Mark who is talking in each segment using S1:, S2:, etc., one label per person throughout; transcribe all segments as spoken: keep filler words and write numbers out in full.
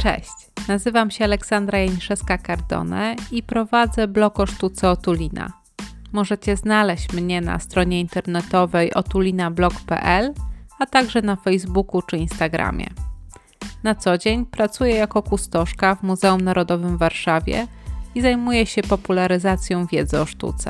S1: Cześć, nazywam się Aleksandra Janiszewska-Cardone i prowadzę blog o sztuce Otulina. Możecie znaleźć mnie na stronie internetowej otulinablog kropka p l, a także na Facebooku czy Instagramie. Na co dzień pracuję jako kustoszka w Muzeum Narodowym w Warszawie i zajmuję się popularyzacją wiedzy o sztuce.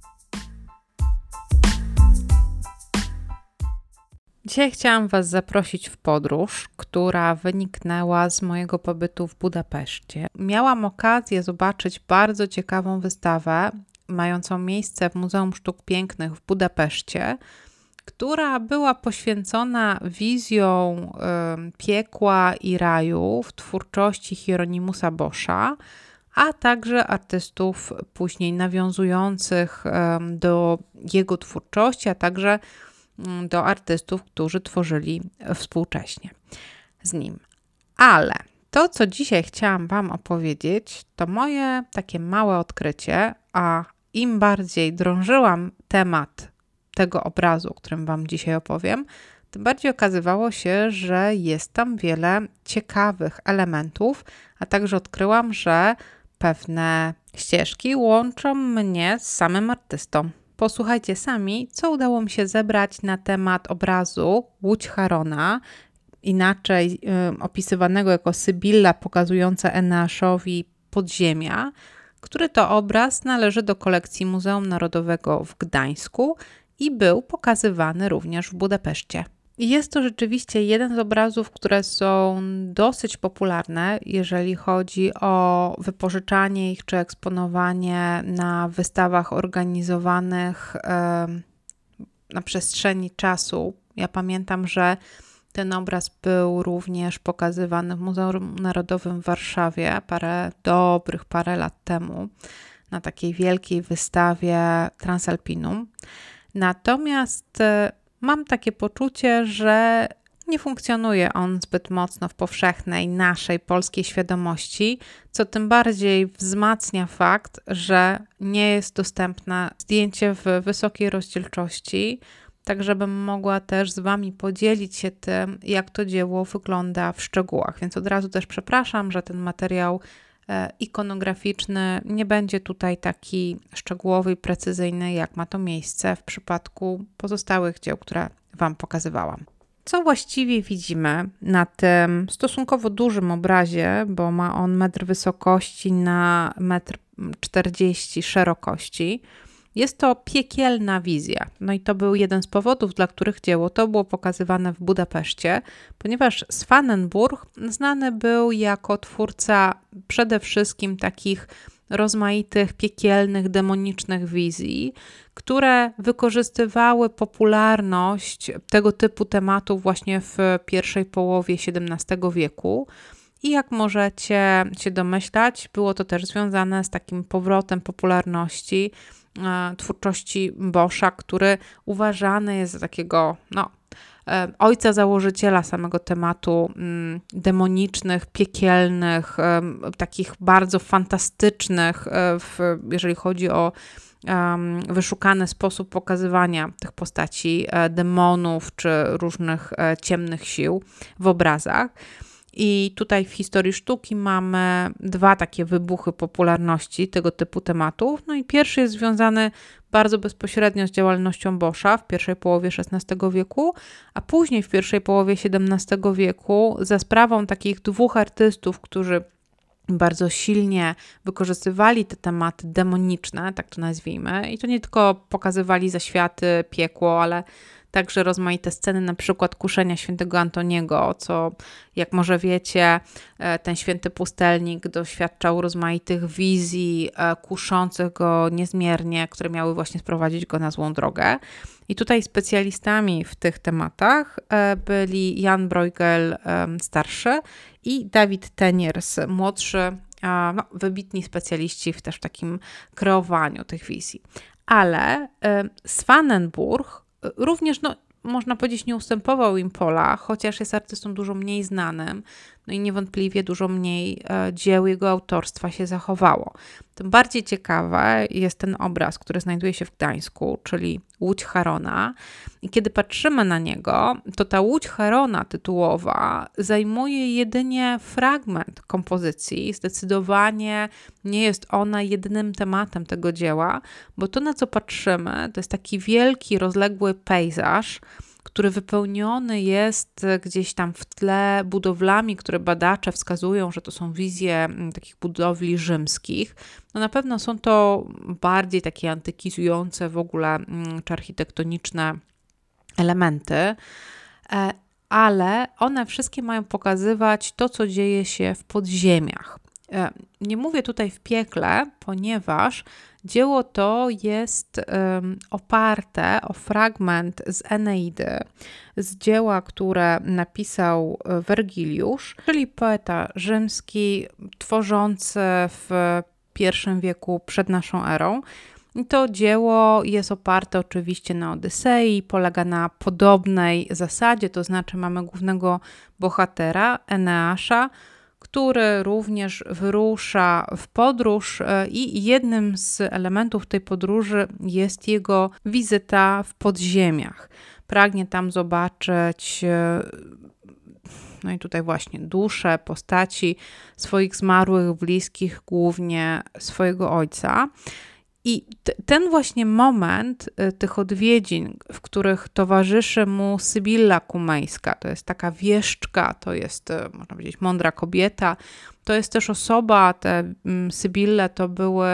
S1: Dzisiaj chciałam Was zaprosić w podróż, która wyniknęła z mojego pobytu w Budapeszcie. Miałam okazję zobaczyć bardzo ciekawą wystawę mającą miejsce w Muzeum Sztuk Pięknych w Budapeszcie, która była poświęcona wizją y, piekła i raju w twórczości Hieronimusa Boscha, a także artystów później nawiązujących y, do jego twórczości, a także do artystów, którzy tworzyli współcześnie z nim. Ale to, co dzisiaj chciałam Wam opowiedzieć, to moje takie małe odkrycie, a im bardziej drążyłam temat tego obrazu, o którym Wam dzisiaj opowiem, tym bardziej okazywało się, że jest tam wiele ciekawych elementów, a także odkryłam, że pewne ścieżki łączą mnie z samym artystą. Posłuchajcie sami, co udało mi się zebrać na temat obrazu Łódź Charona, inaczej y, opisywanego jako Sybilla pokazująca Eneaszowi podziemia, który to obraz należy do kolekcji Muzeum Narodowego w Gdańsku i był pokazywany również w Budapeszcie. Jest to rzeczywiście jeden z obrazów, które są dosyć popularne, jeżeli chodzi o wypożyczanie ich czy eksponowanie na wystawach organizowanych na przestrzeni czasu. Ja pamiętam, że ten obraz był również pokazywany w Muzeum Narodowym w Warszawie parę dobrych parę lat temu na takiej wielkiej wystawie Transalpinum. Natomiast mam takie poczucie, że nie funkcjonuje on zbyt mocno w powszechnej naszej polskiej świadomości, co tym bardziej wzmacnia fakt, że nie jest dostępne zdjęcie w wysokiej rozdzielczości, tak żebym mogła też z Wami podzielić się tym, jak to dzieło wygląda w szczegółach. Więc od razu też przepraszam, że ten materiał ikonograficzny nie będzie tutaj taki szczegółowy i precyzyjny, jak ma to miejsce w przypadku pozostałych dzieł, które Wam pokazywałam. Co właściwie widzimy na tym stosunkowo dużym obrazie, bo ma on metr wysokości na metr czterdzieści szerokości. Jest to piekielna wizja. No i to był jeden z powodów, dla których dzieło to było pokazywane w Budapeszcie, ponieważ Svanenburg znany był jako twórca przede wszystkim takich rozmaitych, piekielnych, demonicznych wizji, które wykorzystywały popularność tego typu tematów właśnie w pierwszej połowie siedemnastego wieku. I jak możecie się domyślać, było to też związane z takim powrotem popularności twórczości Boscha, który uważany jest za takiego no, ojca założyciela samego tematu mm, demonicznych, piekielnych, um, takich bardzo fantastycznych, w, jeżeli chodzi o um, wyszukany sposób pokazywania tych postaci e, demonów czy różnych e, ciemnych sił w obrazach. I tutaj w historii sztuki mamy dwa takie wybuchy popularności tego typu tematów. No i pierwszy jest związany bardzo bezpośrednio z działalnością Boscha w pierwszej połowie szesnastego wieku, a później w pierwszej połowie siedemnastego wieku za sprawą takich dwóch artystów, którzy bardzo silnie wykorzystywali te tematy demoniczne, tak to nazwijmy. I to nie tylko pokazywali zaświaty, piekło, ale także rozmaite sceny, na przykład kuszenia świętego Antoniego, co jak może wiecie, ten święty pustelnik doświadczał rozmaitych wizji kuszących go niezmiernie, które miały właśnie sprowadzić go na złą drogę. I tutaj specjalistami w tych tematach byli Jan Bruegel starszy i David Teniers młodszy, no, wybitni specjaliści w też takim kreowaniu tych wizji. Ale Svanenburg również, no, można powiedzieć, nie ustępował im pola, chociaż jest artystą dużo mniej znanym, no i niewątpliwie dużo mniej e, dzieł jego autorstwa się zachowało. tym bardziej ciekawy jest ten obraz, który znajduje się w Gdańsku, czyli Łódź Charona. I kiedy patrzymy na niego, to ta Łódź Charona tytułowa zajmuje jedynie fragment kompozycji. Zdecydowanie nie jest ona jedynym tematem tego dzieła, bo to, na co patrzymy, to jest taki wielki, rozległy pejzaż, który wypełniony jest gdzieś tam w tle budowlami, które badacze wskazują, że to są wizje takich budowli rzymskich. No na pewno są to bardziej takie antykizujące w ogóle czy architektoniczne elementy, ale one wszystkie mają pokazywać to, co dzieje się w podziemiach. Nie mówię tutaj w piekle, ponieważ dzieło to jest um, oparte o fragment z Eneidy, z dzieła, które napisał Wergiliusz, czyli poeta rzymski tworzący w pierwszym wieku przed naszą erą. I to dzieło jest oparte oczywiście na Odysei, polega na podobnej zasadzie, to znaczy mamy głównego bohatera, Eneasza, który również wyrusza w podróż i jednym z elementów tej podróży jest jego wizyta w podziemiach. Pragnie tam zobaczyć, no i tutaj właśnie dusze, postaci swoich zmarłych bliskich, głównie swojego ojca. I t- ten właśnie moment y, tych odwiedzin, w których towarzyszy mu Sybilla Kumejska, to jest taka wieszczka, to jest, y, można powiedzieć, mądra kobieta, to jest też osoba, te y, Sybille to były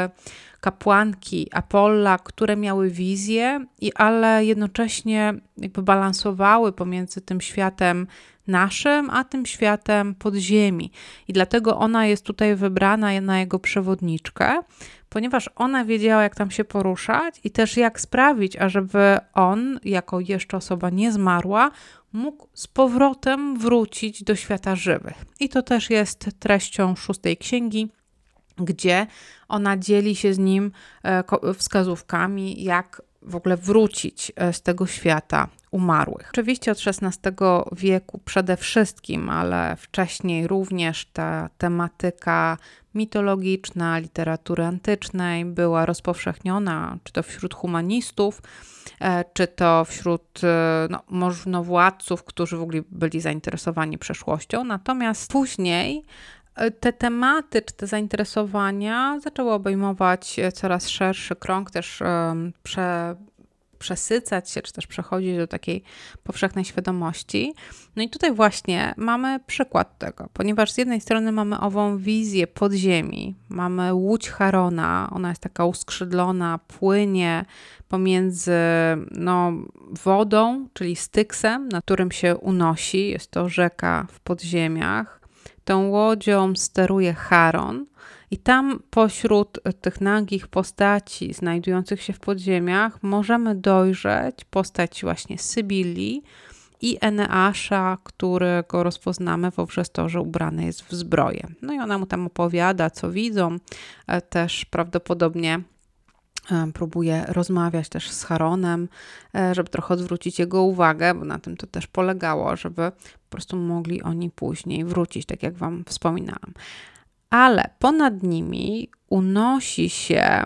S1: kapłanki Apolla, które miały wizję, i, ale jednocześnie jakby balansowały pomiędzy tym światem naszym, a tym światem podziemi. I dlatego ona jest tutaj wybrana na jego przewodniczkę, ponieważ ona wiedziała, jak tam się poruszać i też jak sprawić, ażeby on, jako jeszcze osoba niezmarła, mógł z powrotem wrócić do świata żywych. I to też jest treścią szóstej księgi, gdzie ona dzieli się z nim wskazówkami, jak w ogóle wrócić z tego świata umarłych. Oczywiście od szesnastego wieku przede wszystkim, ale wcześniej również ta tematyka mitologiczna, literatury antycznej była rozpowszechniona, czy to wśród humanistów, czy to wśród no, możnowładców, którzy w ogóle byli zainteresowani przeszłością. Natomiast później te tematy, czy te zainteresowania zaczęły obejmować coraz szerszy krąg, też um, prze, przesycać się, czy też przechodzić do takiej powszechnej świadomości. No i tutaj właśnie mamy przykład tego, ponieważ z jednej strony mamy ową wizję podziemi, mamy Łódź Charona, ona jest taka uskrzydlona, płynie pomiędzy no, wodą, czyli Styksem, na którym się unosi, jest to rzeka w podziemiach. Tą łodzią steruje Charon i tam pośród tych nagich postaci znajdujących się w podziemiach możemy dojrzeć postać właśnie Sybilli i Eneasza, którego rozpoznamy w Owrzestorze, ubrany jest w zbroję. No i ona mu tam opowiada, co widzą, też prawdopodobnie próbuje rozmawiać też z Charonem, żeby trochę odwrócić jego uwagę, bo na tym to też polegało, żeby po prostu mogli oni później wrócić, tak jak wam wspominałam. Ale ponad nimi unosi się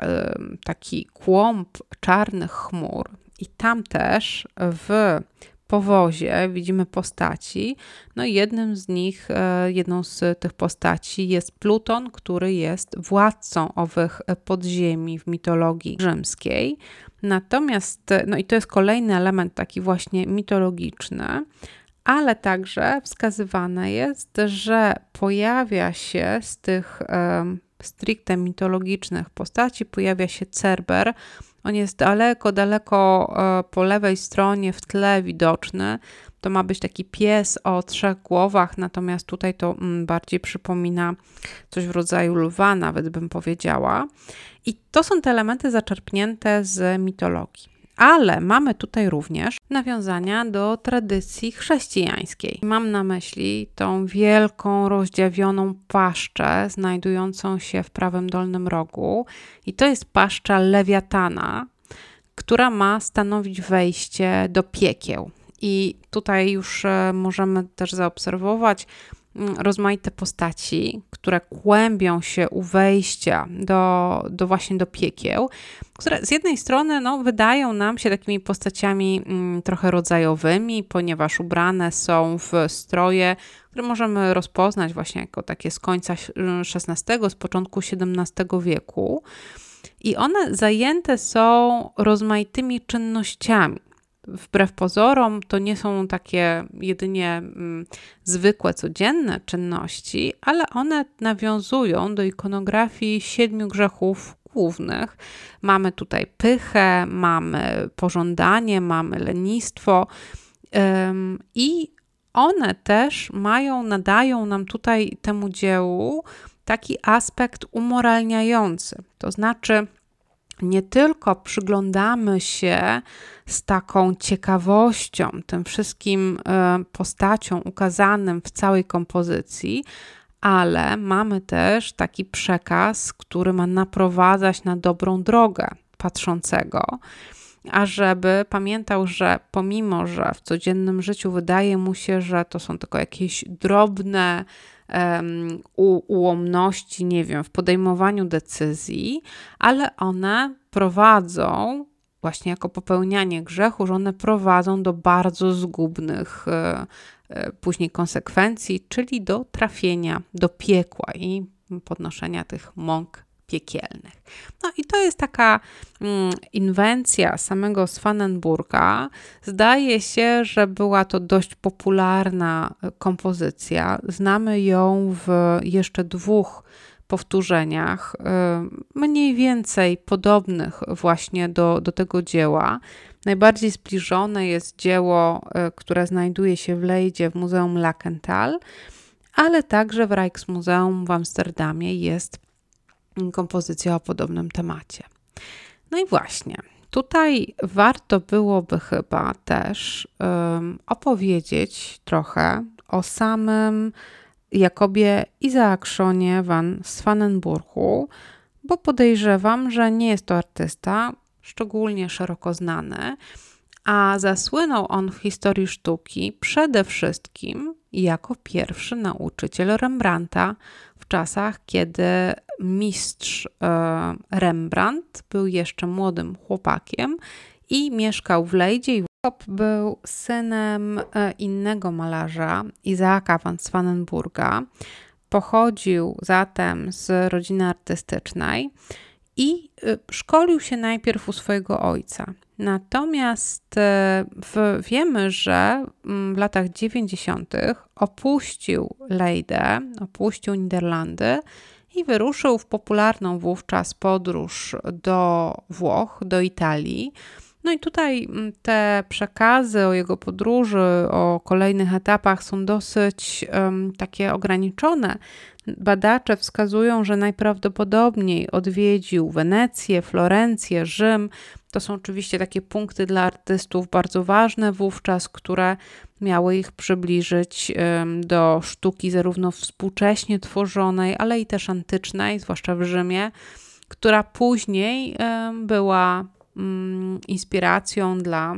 S1: taki kłąb czarnych chmur i tam też w powozie widzimy postaci. No i jednym z nich, jedną z tych postaci jest Pluton, który jest władcą owych podziemi w mitologii rzymskiej. Natomiast, no i to jest kolejny element taki właśnie mitologiczny, ale także wskazywane jest, że pojawia się z tych um, stricte mitologicznych postaci, pojawia się Cerber. On jest daleko, daleko po lewej stronie w tle widoczny. To ma być taki pies o trzech głowach, natomiast tutaj to bardziej przypomina coś w rodzaju lwa, nawet bym powiedziała. I to są te elementy zaczerpnięte z mitologii. Ale mamy tutaj również nawiązania do tradycji chrześcijańskiej. Mam na myśli tą wielką, rozdziawioną paszczę znajdującą się w prawym dolnym rogu. I to jest paszcza Lewiatana, która ma stanowić wejście do piekieł. I tutaj już możemy też zaobserwować rozmaite postaci, które kłębią się u wejścia do, do właśnie do piekieł, które z jednej strony no, wydają nam się takimi postaciami mm, trochę rodzajowymi, ponieważ ubrane są w stroje, które możemy rozpoznać właśnie jako takie z końca szesnastego, z początku siedemnastego wieku. I one zajęte są rozmaitymi czynnościami. Wbrew pozorom to nie są takie jedynie mm, zwykłe, codzienne czynności, ale one nawiązują do ikonografii siedmiu grzechów głównych. Mamy tutaj pychę, mamy pożądanie, mamy lenistwo ym, i one też mają, nadają nam tutaj temu dziełu taki aspekt umoralniający. To znaczy nie tylko przyglądamy się z taką ciekawością tym wszystkim postaciom ukazanym w całej kompozycji, ale mamy też taki przekaz, który ma naprowadzać na dobrą drogę patrzącego, ażeby pamiętał, że pomimo, że w codziennym życiu wydaje mu się, że to są tylko jakieś drobne um, u, ułomności, nie wiem, w podejmowaniu decyzji, ale one prowadzą właśnie jako popełnianie grzechu, że one prowadzą do bardzo zgubnych e, e, później konsekwencji, czyli do trafienia do piekła i podnoszenia tych mąk piekielnych. No i to jest taka mm, inwencja samego Swanenburga. Zdaje się, że była to dość popularna kompozycja. Znamy ją w jeszcze dwóch powtórzeniach, mniej więcej podobnych właśnie do, do tego dzieła. Najbardziej zbliżone jest dzieło, które znajduje się w Leydzie w Muzeum Lachenthal, ale także w Rijksmuseum w Amsterdamie jest kompozycja o podobnym temacie. No i właśnie, tutaj warto byłoby chyba też um, opowiedzieć trochę o samym Jakobie Isaacszonie van Swanenburgu, bo podejrzewam, że nie jest to artysta szczególnie szeroko znany, a zasłynął on w historii sztuki przede wszystkim jako pierwszy nauczyciel Rembrandta w czasach, kiedy mistrz e, Rembrandt był jeszcze młodym chłopakiem i mieszkał w Leydzie. Jakob był synem e, innego malarza, Izaaka van Swanenburga. Pochodził zatem z rodziny artystycznej i e, szkolił się najpierw u swojego ojca. Natomiast e, w, wiemy, że w latach dziewięćdziesiątych opuścił Leydę, opuścił Niderlandy i wyruszył w popularną wówczas podróż do Włoch, do Italii. No i tutaj te przekazy o jego podróży, o kolejnych etapach są dosyć um, takie ograniczone. Badacze wskazują, że najprawdopodobniej odwiedził Wenecję, Florencję, Rzym. To są oczywiście takie punkty dla artystów bardzo ważne wówczas, które miały ich przybliżyć um, do sztuki zarówno współcześnie tworzonej, ale i też antycznej, zwłaszcza w Rzymie, która później um, była inspiracją dla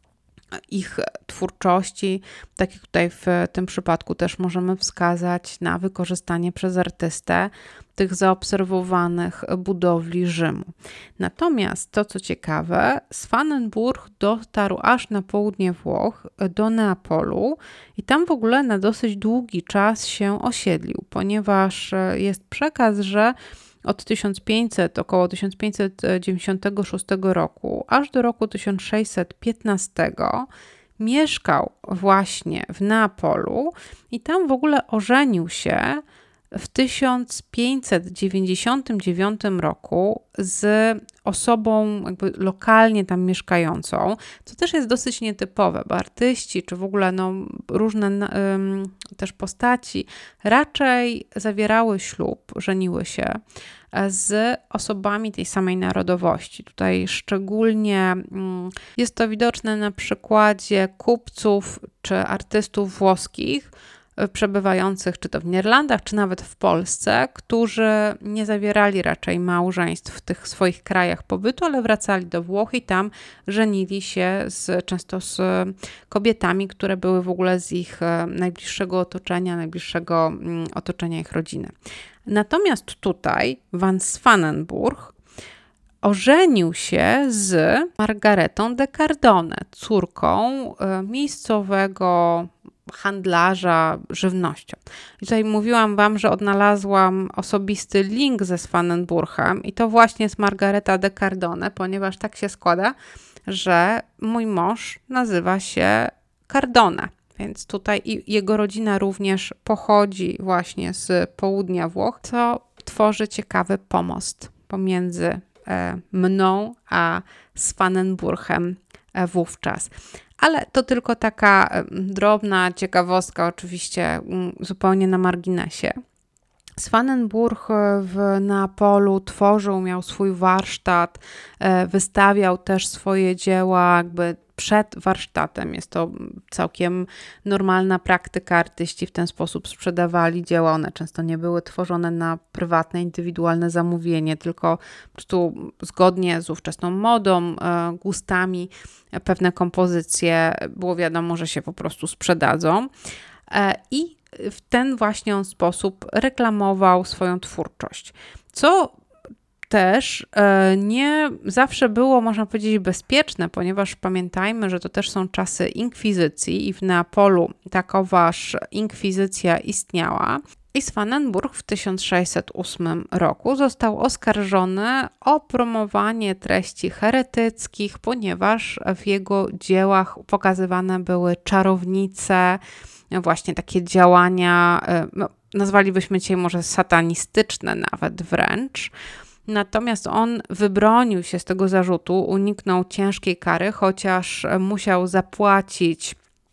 S1: ich twórczości. Tak jak tutaj w tym przypadku też możemy wskazać na wykorzystanie przez artystę tych zaobserwowanych budowli Rzymu. Natomiast to, co ciekawe, Swanenburg dotarł aż na południe Włoch, do Neapolu i tam w ogóle na dosyć długi czas się osiedlił, ponieważ jest przekaz, że od tysiąc pięćset, około tysiąc pięćset dziewięćdziesiątego szóstego roku aż do roku tysiąc sześćset piętnastego mieszkał właśnie w Neapolu i tam w ogóle ożenił się w tysiąc pięćset dziewięćdziesiątym dziewiątym roku z osobą jakby lokalnie tam mieszkającą, co też jest dosyć nietypowe, bo artyści czy w ogóle no, różne um, też postaci raczej zawierały ślub, żeniły się z osobami tej samej narodowości. Tutaj szczególnie um, jest to widoczne na przykładzie kupców czy artystów włoskich, przebywających czy to w Niderlandach, czy nawet w Polsce, którzy nie zawierali raczej małżeństw w tych swoich krajach pobytu, ale wracali do Włoch i tam żenili się z, często z kobietami, które były w ogóle z ich najbliższego otoczenia, najbliższego otoczenia ich rodziny. Natomiast tutaj Van Swanenburg ożenił się z Margaretą de Cardone, córką miejscowego handlarza żywnością. I tutaj mówiłam wam, że odnalazłam osobisty link ze Swanenburgiem i to właśnie jest Margareta de Cardone, ponieważ tak się składa, że mój mąż nazywa się Cardone. Więc tutaj i jego rodzina również pochodzi właśnie z południa Włoch, co tworzy ciekawy pomost pomiędzy e, mną a Swanenburgiem e, wówczas. Ale to tylko taka e, drobna ciekawostka, oczywiście m, zupełnie na marginesie. Swanenburg w Neapolu tworzył, miał swój warsztat, e, wystawiał też swoje dzieła jakby przed warsztatem. Jest to całkiem normalna praktyka. Artyści w ten sposób sprzedawali dzieła. One często nie były tworzone na prywatne, indywidualne zamówienie, tylko po prostu zgodnie z ówczesną modą, gustami pewne kompozycje było wiadomo, że się po prostu sprzedadzą. I w ten właśnie sposób reklamował swoją twórczość. Co też nie zawsze było, można powiedzieć, bezpieczne, ponieważ pamiętajmy, że to też są czasy inkwizycji i w Neapolu takoważ inkwizycja istniała. I Swanenburg w tysiąc sześćset ósmym roku został oskarżony o promowanie treści heretyckich, ponieważ w jego dziełach pokazywane były czarownice, właśnie takie działania, no, nazwalibyśmy dzisiaj może satanistyczne nawet wręcz. Natomiast on wybronił się z tego zarzutu, uniknął ciężkiej kary, chociaż musiał zapłacić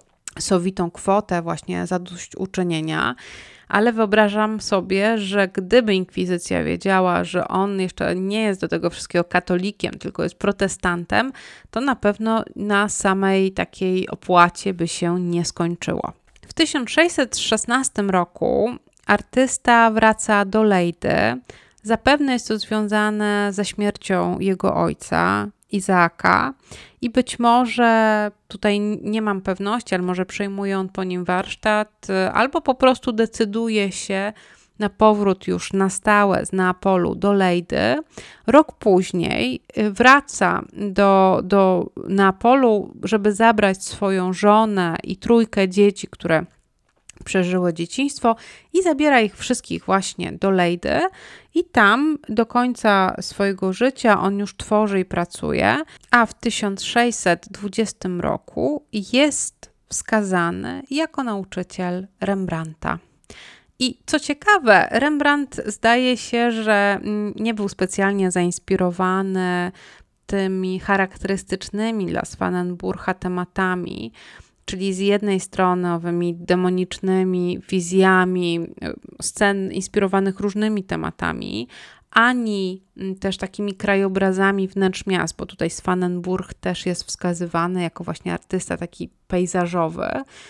S1: sowitą kwotę właśnie zadośćuczynienia, ale wyobrażam sobie, że gdyby inkwizycja wiedziała, że on jeszcze nie jest do tego wszystkiego katolikiem, tylko jest protestantem, to na pewno na samej takiej opłacie by się nie skończyło. W tysiąc sześćset szesnastym roku artysta wraca do Leydy. Zapewne jest to związane ze śmiercią jego ojca, Izaaka, i być może, tutaj nie mam pewności, ale może przejmuje on po nim warsztat, albo po prostu decyduje się na powrót już na stałe z Neapolu do Leydy. Rok później wraca do, do Neapolu, żeby zabrać swoją żonę i trójkę dzieci, które przeżyły dzieciństwo, i zabiera ich wszystkich właśnie do Leydy i tam do końca swojego życia on już tworzy i pracuje, a w tysiąc sześćset dwudziestym roku jest wskazany jako nauczyciel Rembrandta. I co ciekawe, Rembrandt zdaje się, że nie był specjalnie zainspirowany tymi charakterystycznymi dla Swanenburga tematami, czyli z jednej strony owymi demonicznymi wizjami scen inspirowanych różnymi tematami, ani też takimi krajobrazami wnętrz miast, bo tutaj Swanenburg też jest wskazywany jako właśnie artysta taki pejzażowy,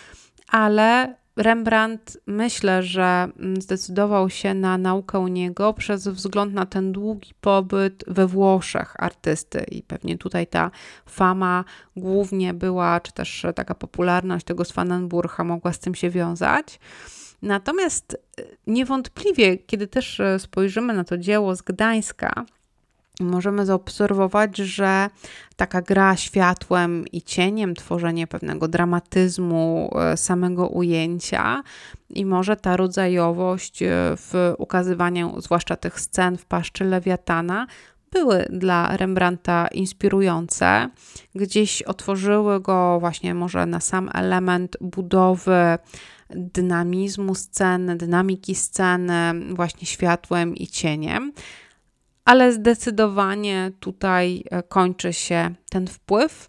S1: ale Rembrandt, myślę, że zdecydował się na naukę u niego przez wzgląd na ten długi pobyt we Włoszech artysty i pewnie tutaj ta fama głównie była, czy też taka popularność tego Swanenburga mogła z tym się wiązać. Natomiast niewątpliwie, kiedy też spojrzymy na to dzieło z Gdańska, możemy zaobserwować, że taka gra światłem i cieniem, tworzenie pewnego dramatyzmu samego ujęcia i może ta rodzajowość w ukazywaniu zwłaszcza tych scen w paszczy Lewiatana były dla Rembrandta inspirujące. Gdzieś otworzyły go właśnie może na sam element budowy dynamizmu sceny, dynamiki sceny właśnie światłem i cieniem. Ale zdecydowanie tutaj kończy się ten wpływ,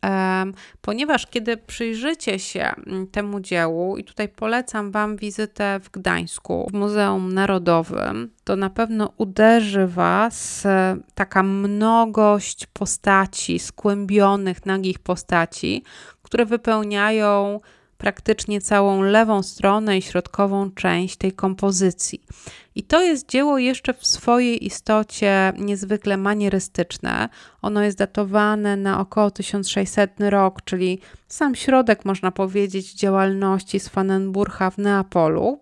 S1: ponieważ kiedy przyjrzycie się temu dziełu, i tutaj polecam Wam wizytę w Gdańsku, w Muzeum Narodowym, to na pewno uderzy Was taka mnogość postaci, skłębionych, nagich postaci, które wypełniają praktycznie całą lewą stronę i środkową część tej kompozycji. I to jest dzieło jeszcze w swojej istocie niezwykle manierystyczne. Ono jest datowane na około tysiąc sześćsetny rok, czyli sam środek, można powiedzieć, działalności Swanenburcha w Neapolu.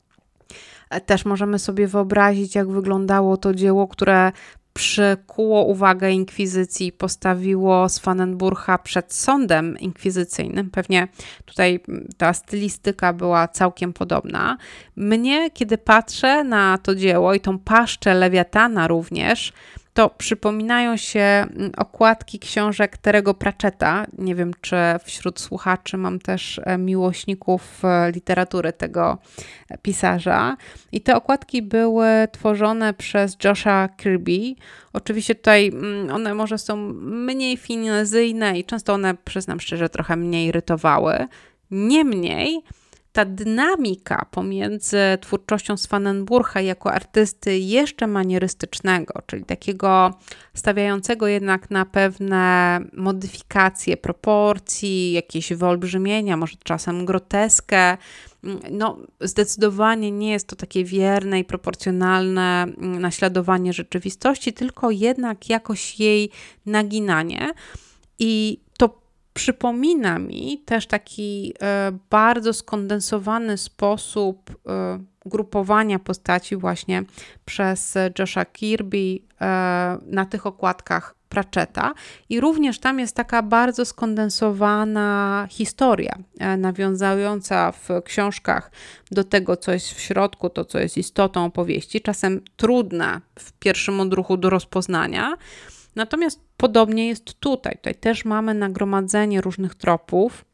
S1: Też możemy sobie wyobrazić, jak wyglądało to dzieło, które przykuło uwagę inkwizycji, postawiło Swanenburcha przed sądem inkwizycyjnym. Pewnie tutaj ta stylistyka była całkiem podobna. Mnie, kiedy patrzę na to dzieło i tą paszczę Lewiatana również, to przypominają się okładki książek Terry'ego Pratchetta. Nie wiem, czy wśród słuchaczy mam też miłośników literatury tego pisarza. I te okładki były tworzone przez Josha Kirby. Oczywiście tutaj one może są mniej finezyjne i często one, przyznam szczerze, trochę mnie irytowały. Niemniej ta dynamika pomiędzy twórczością Swanenburcha jako artysty jeszcze manierystycznego, czyli takiego stawiającego jednak na pewne modyfikacje proporcji, jakieś wyolbrzymienia, może czasem groteskę, no zdecydowanie nie jest to takie wierne i proporcjonalne naśladowanie rzeczywistości, tylko jednak jakoś jej naginanie. I to przypomina mi też taki e, bardzo skondensowany sposób e, grupowania postaci właśnie przez Josha Kirby e, na tych okładkach Pratchetta. I również tam jest taka bardzo skondensowana historia, e, nawiązująca w książkach do tego, co jest w środku, to co jest istotą opowieści, czasem trudna w pierwszym odruchu do rozpoznania. Natomiast podobnie jest tutaj. Tutaj też mamy nagromadzenie różnych tropów.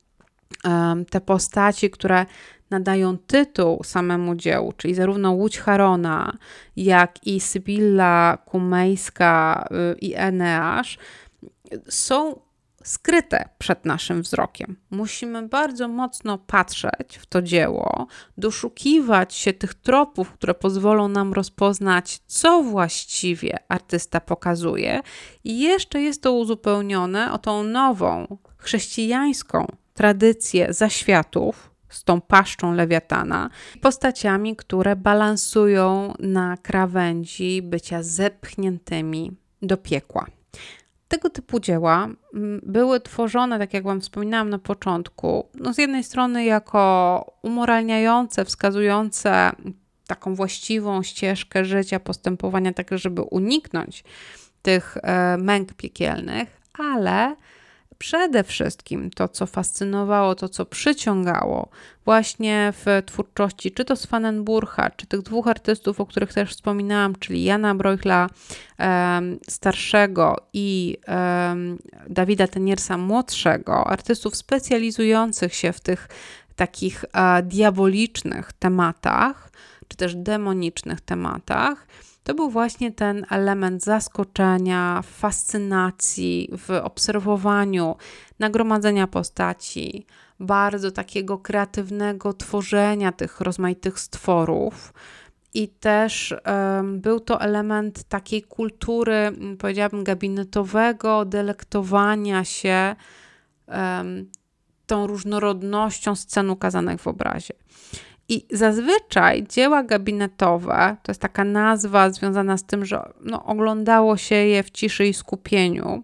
S1: Te postaci, które nadają tytuł samemu dziełu, czyli zarówno Łódź Charona, jak i Sybilla Kumejska i Eneasz, są skryte przed naszym wzrokiem. Musimy bardzo mocno patrzeć w to dzieło, doszukiwać się tych tropów, które pozwolą nam rozpoznać, co właściwie artysta pokazuje. I jeszcze jest to uzupełnione o tą nową, chrześcijańską tradycję zaświatów, z tą paszczą Lewiatana, postaciami, które balansują na krawędzi bycia zepchniętymi do piekła. Tego typu dzieła były tworzone, tak jak Wam wspominałam na początku, no z jednej strony jako umoralniające, wskazujące taką właściwą ścieżkę życia, postępowania, tak żeby uniknąć tych męk piekielnych, ale przede wszystkim to, co fascynowało, to, co przyciągało właśnie w twórczości czy to Swanenburcha, czy tych dwóch artystów, o których też wspominałam, czyli Jana Broichla um, starszego i um, Dawida Teniersa młodszego, artystów specjalizujących się w tych takich uh, diabolicznych tematach, czy też demonicznych tematach, to był właśnie ten element zaskoczenia, fascynacji w obserwowaniu, nagromadzenia postaci, bardzo takiego kreatywnego tworzenia tych rozmaitych stworów. I też um, był to element takiej kultury, powiedziałabym, gabinetowego delektowania się um, tą różnorodnością scen ukazanych w obrazie. I zazwyczaj dzieła gabinetowe, to jest taka nazwa związana z tym, że no, oglądało się je w ciszy i skupieniu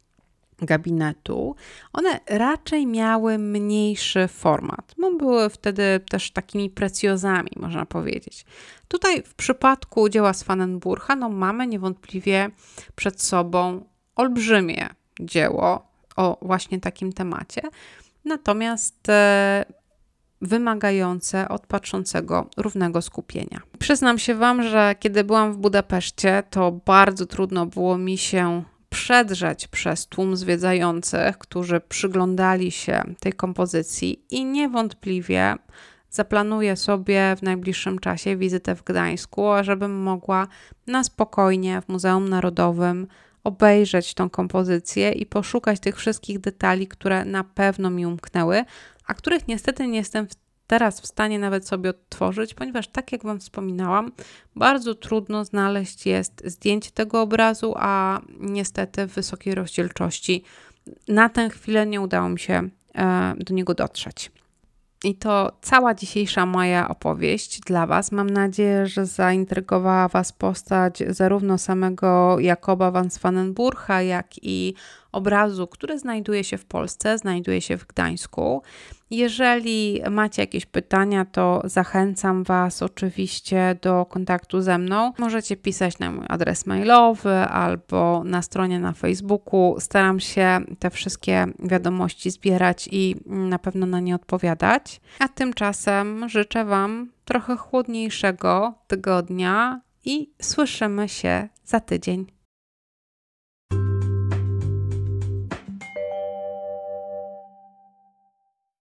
S1: gabinetu, one raczej miały mniejszy format. No, były wtedy też takimi precjozami, można powiedzieć. Tutaj w przypadku dzieła Swanenburcha no, mamy niewątpliwie przed sobą olbrzymie dzieło o właśnie takim temacie. Natomiast e, wymagające od patrzącego równego skupienia. Przyznam się Wam, że kiedy byłam w Budapeszcie, to bardzo trudno było mi się przedrzeć przez tłum zwiedzających, którzy przyglądali się tej kompozycji i niewątpliwie zaplanuję sobie w najbliższym czasie wizytę w Gdańsku, żebym mogła na spokojnie w Muzeum Narodowym obejrzeć tą kompozycję i poszukać tych wszystkich detali, które na pewno mi umknęły, a których niestety nie jestem teraz w stanie nawet sobie odtworzyć, ponieważ tak jak Wam wspominałam, bardzo trudno znaleźć jest zdjęcie tego obrazu, a niestety w wysokiej rozdzielczości na tę chwilę nie udało mi się e, do niego dotrzeć. I to cała dzisiejsza moja opowieść dla Was. Mam nadzieję, że zaintrygowała Was postać zarówno samego Jakoba van Swanenburcha, jak i obrazu, który znajduje się w Polsce, znajduje się w Gdańsku. Jeżeli macie jakieś pytania, to zachęcam Was oczywiście do kontaktu ze mną. Możecie pisać na mój adres mailowy albo na stronie na Facebooku. Staram się te wszystkie wiadomości zbierać i na pewno na nie odpowiadać. A tymczasem życzę Wam trochę chłodniejszego tygodnia i słyszymy się za tydzień.